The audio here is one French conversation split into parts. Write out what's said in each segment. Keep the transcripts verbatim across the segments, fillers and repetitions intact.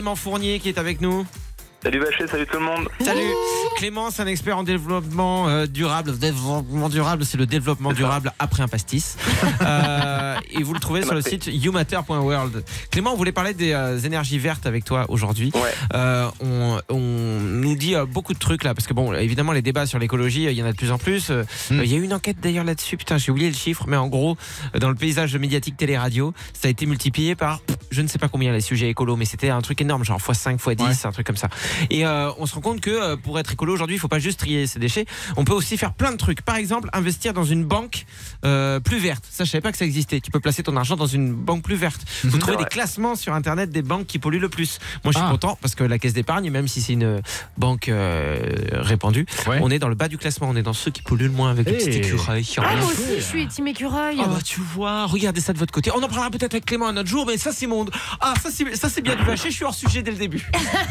Clément Fournier qui est avec nous. Salut Bachet, salut tout le monde. Salut. Clément, c'est un expert en développement euh, durable. Développement durable, c'est le développement durable après un pastis. euh, et vous le trouvez sur le site you matter point world. Clément, on voulait parler des euh, énergies vertes avec toi aujourd'hui. Ouais. Euh, on, on nous dit euh, beaucoup de trucs là, parce que bon, évidemment, les débats sur l'écologie, il y en a de plus en plus. Il mm. euh, y a eu une enquête d'ailleurs là-dessus. Putain, j'ai oublié le chiffre, mais en gros, dans le paysage médiatique télé-radio, ça a été multiplié par je ne sais pas combien les sujets écolos, mais c'était un truc énorme, genre fois cinq, fois dix, ouais. un truc comme ça. Et euh, on se rend compte que euh, pour être écolo aujourd'hui, il ne faut pas juste trier ses déchets. On peut aussi faire plein de trucs. Par exemple, investir dans une banque euh, plus verte. Ça, je ne savais pas que ça existait. Tu peux placer ton argent dans une banque plus verte. Vous mmh, trouvez ouais. des classements sur Internet des banques qui polluent le plus. Moi, je suis ah. content parce que la Caisse d'épargne, même si c'est une banque euh, répandue, ouais. on est dans le bas du classement. On est dans ceux qui polluent le moins avec hey. des petits écureuils. Ah, moi aussi, je suis team écureuil. Ah, bah, tu vois, regardez ça de votre côté. On en parlera peut-être avec Clément un autre jour, mais ça, c'est mon. Ah, ça, c'est, ça, c'est bien du Bachet. Je suis hors sujet dès le début.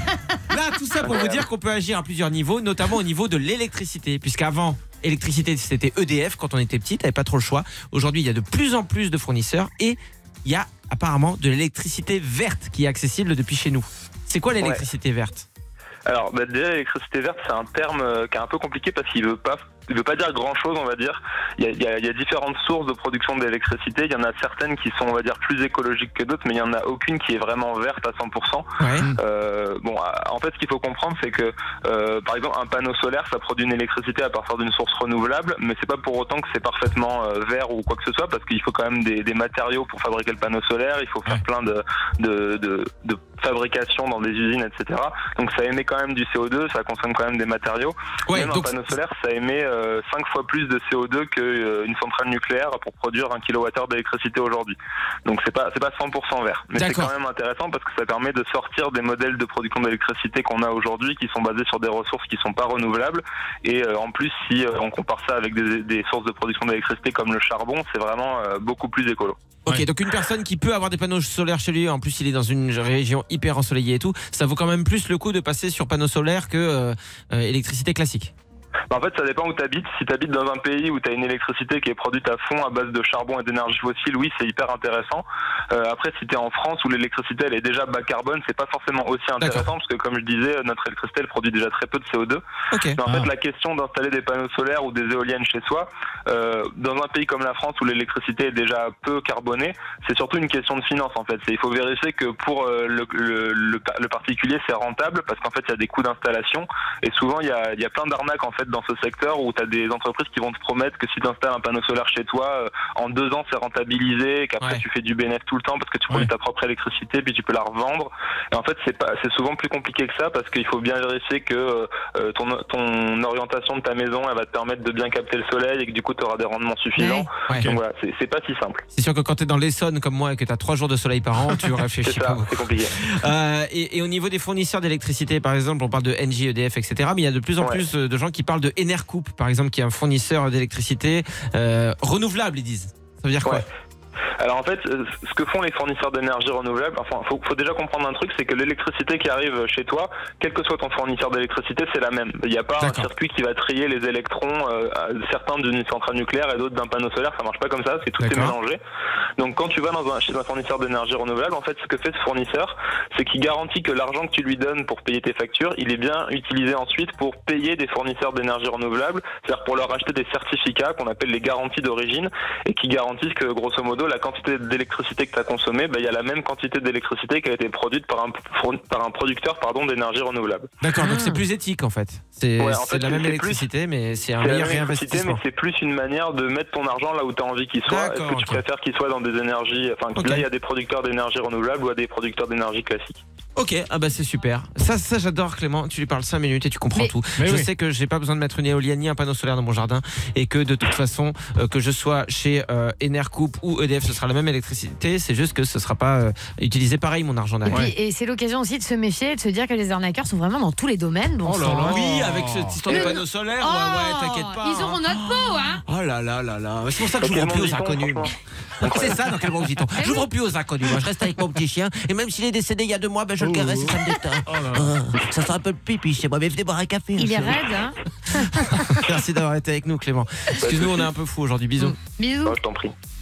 Là, tout ça pour vous dire qu'on peut agir à plusieurs niveaux, notamment au niveau de l'électricité, puisqu'avant, électricité, c'était E D F quand on était petit, t'avais pas trop le choix. Aujourd'hui, il y a de plus en plus de fournisseurs et il y a apparemment de l'électricité verte qui est accessible depuis chez nous. C'est quoi l'électricité ouais. verte ? Alors, bah, déjà, l'électricité verte, c'est un terme euh, qui est un peu compliqué parce qu'il veut pas il veut pas dire grand chose, on va dire. Il y a, il y a, il y a différentes sources de production d'électricité. Il y en a certaines qui sont, on va dire, plus écologiques que d'autres, mais il y en a aucune qui est vraiment verte à cent pour cent. Ouais. Euh, bon, en fait, ce qu'il faut comprendre, c'est que, euh, par exemple, un panneau solaire, ça produit une électricité à partir d'une source renouvelable, mais c'est pas pour autant que c'est parfaitement euh, vert ou quoi que ce soit, parce qu'il faut quand même des, des matériaux pour fabriquer le panneau solaire. Il faut faire ouais. plein de, de, de, de fabrication dans des usines, et cetera. Donc ça émet quand même du C O deux, ça consomme quand même des matériaux. Ouais, même donc... un panneau solaire, ça émet euh, cinq fois plus de C O deux qu'une euh, centrale nucléaire pour produire un kilowattheure d'électricité aujourd'hui. Donc c'est pas c'est pas cent pour cent vert, mais D'accord. c'est quand même intéressant parce que ça permet de sortir des modèles de production d'électricité qu'on a aujourd'hui qui sont basés sur des ressources qui sont pas renouvelables. Et euh, en plus, si euh, on compare ça avec des, des sources de production d'électricité comme le charbon, c'est vraiment euh, beaucoup plus écolo. Ok, ouais. donc une personne qui peut avoir des panneaux solaires chez lui, en plus il est dans une région hyper ensoleillée et tout, ça vaut quand même plus le coup de passer sur panneaux solaires que euh, euh, électricité classique. En fait, ça dépend où tu habites. Si tu habites dans un pays où tu as une électricité qui est produite à fond à base de charbon et d'énergie fossile, oui, c'est hyper intéressant. Euh, après, si tu es en France où l'électricité elle est déjà bas carbone, c'est pas forcément aussi intéressant. D'accord. Parce que, comme je disais, notre électricité elle produit déjà très peu de C O deux. Okay. Mais en ah. fait, la question d'installer des panneaux solaires ou des éoliennes chez soi, euh, dans un pays comme la France où l'électricité est déjà peu carbonée, c'est surtout une question de finance en fait. C'est, il faut vérifier que pour euh, le, le, le, le particulier, c'est rentable parce qu'en fait, il y a des coûts d'installation et souvent, il y a, y a plein d'arnaques en fait dans ce secteur où tu as des entreprises qui vont te promettre que si tu installes un panneau solaire chez toi, euh, en deux ans c'est rentabilisé, qu'après ouais. tu fais du bénéfice tout le temps parce que tu produis ouais. ta propre électricité puis tu peux la revendre. Et en fait c'est pas c'est souvent plus compliqué que ça parce qu'il faut bien vérifier que euh, ton, ton orientation de ta maison elle va te permettre de bien capter le soleil et que du coup tu auras des rendements suffisants. Ouais. Donc okay. voilà, c'est, c'est pas si simple. C'est sûr que quand tu es dans l'Essonne comme moi et que tu as trois jours de soleil par an, tu réfléchis c'est ça, pas beaucoup. C'est compliqué. Euh, et, et au niveau des fournisseurs d'électricité par exemple, on parle de Engie, E D F, et cetera. Mais il y a de plus en ouais. plus de gens qui parlent de Enercoop par exemple, qui est un fournisseur d'électricité euh, renouvelable, ils disent. Ça veut dire quoi ? Ouais. Alors en fait, ce que font les fournisseurs d'énergie renouvelable, enfin, faut, faut déjà comprendre un truc, c'est que l'électricité qui arrive chez toi, quel que soit ton fournisseur d'électricité, c'est la même. Il n'y a pas D'accord. un circuit qui va trier les électrons, euh, certains d'une centrale nucléaire et d'autres d'un panneau solaire. Ça marche pas comme ça, c'est tout est mélangé. Donc quand tu vas dans un, chez un fournisseur d'énergie renouvelable, en fait, ce que fait ce fournisseur, c'est qu'il garantit que l'argent que tu lui donnes pour payer tes factures, il est bien utilisé ensuite pour payer des fournisseurs d'énergie renouvelable, c'est-à-dire pour leur acheter des certificats qu'on appelle les garanties d'origine et qui garantissent que grosso modo la quantité d'électricité que tu as consommée, bah, y a la même quantité d'électricité qui a été produite par un, par un producteur pardon, d'énergie renouvelable. D'accord, donc c'est plus éthique en fait. C'est, ouais, en c'est fait, la même électricité, plus, mais c'est un c'est meilleur réinvestissement. Mais c'est plus une manière de mettre ton argent là où tu as envie qu'il soit. D'accord, Est-ce que tu okay. préfères qu'il soit dans des énergies... Enfin, okay. là, il y a des producteurs d'énergie renouvelable ou à des producteurs d'énergie classique. Ok, ah bah c'est super. Ça, ça j'adore Clément, tu lui parles cinq minutes et tu comprends mais, tout. Mais je oui. sais que j'ai pas besoin de mettre une éolienne ni un panneau solaire dans mon jardin et que de toute façon, euh, que je sois chez euh, Enercoop ou E D F, ce sera la même électricité, c'est juste que ce sera pas euh, utilisé pareil mon argent derrière. Et, puis, et c'est l'occasion aussi de se méfier et de se dire que les arnaqueurs sont vraiment dans tous les domaines. Bon oh là là. Oui, avec cette histoire de panneaux solaires, oh, ouais, ouais, t'inquiète pas. Ils auront notre peau, hein. Oh là là là là, c'est pour ça que je m'ouvre plus aux inconnus. C'est ça, dans quel monde vit-on ? J'ouvre plus aux inconnus, moi je reste avec mon petit chien et même s'il est décédé il y a deux mois, ben je le caresse et ça me détend. Oh là là. Oh, ça sera un peu de pipi chez moi, mais venez boire un café. Il est raide, hein. Merci d'avoir été avec nous, Clément. Excuse-nous, on est un peu fous aujourd'hui. Bisous. Bisous. Oh, je t'en prie.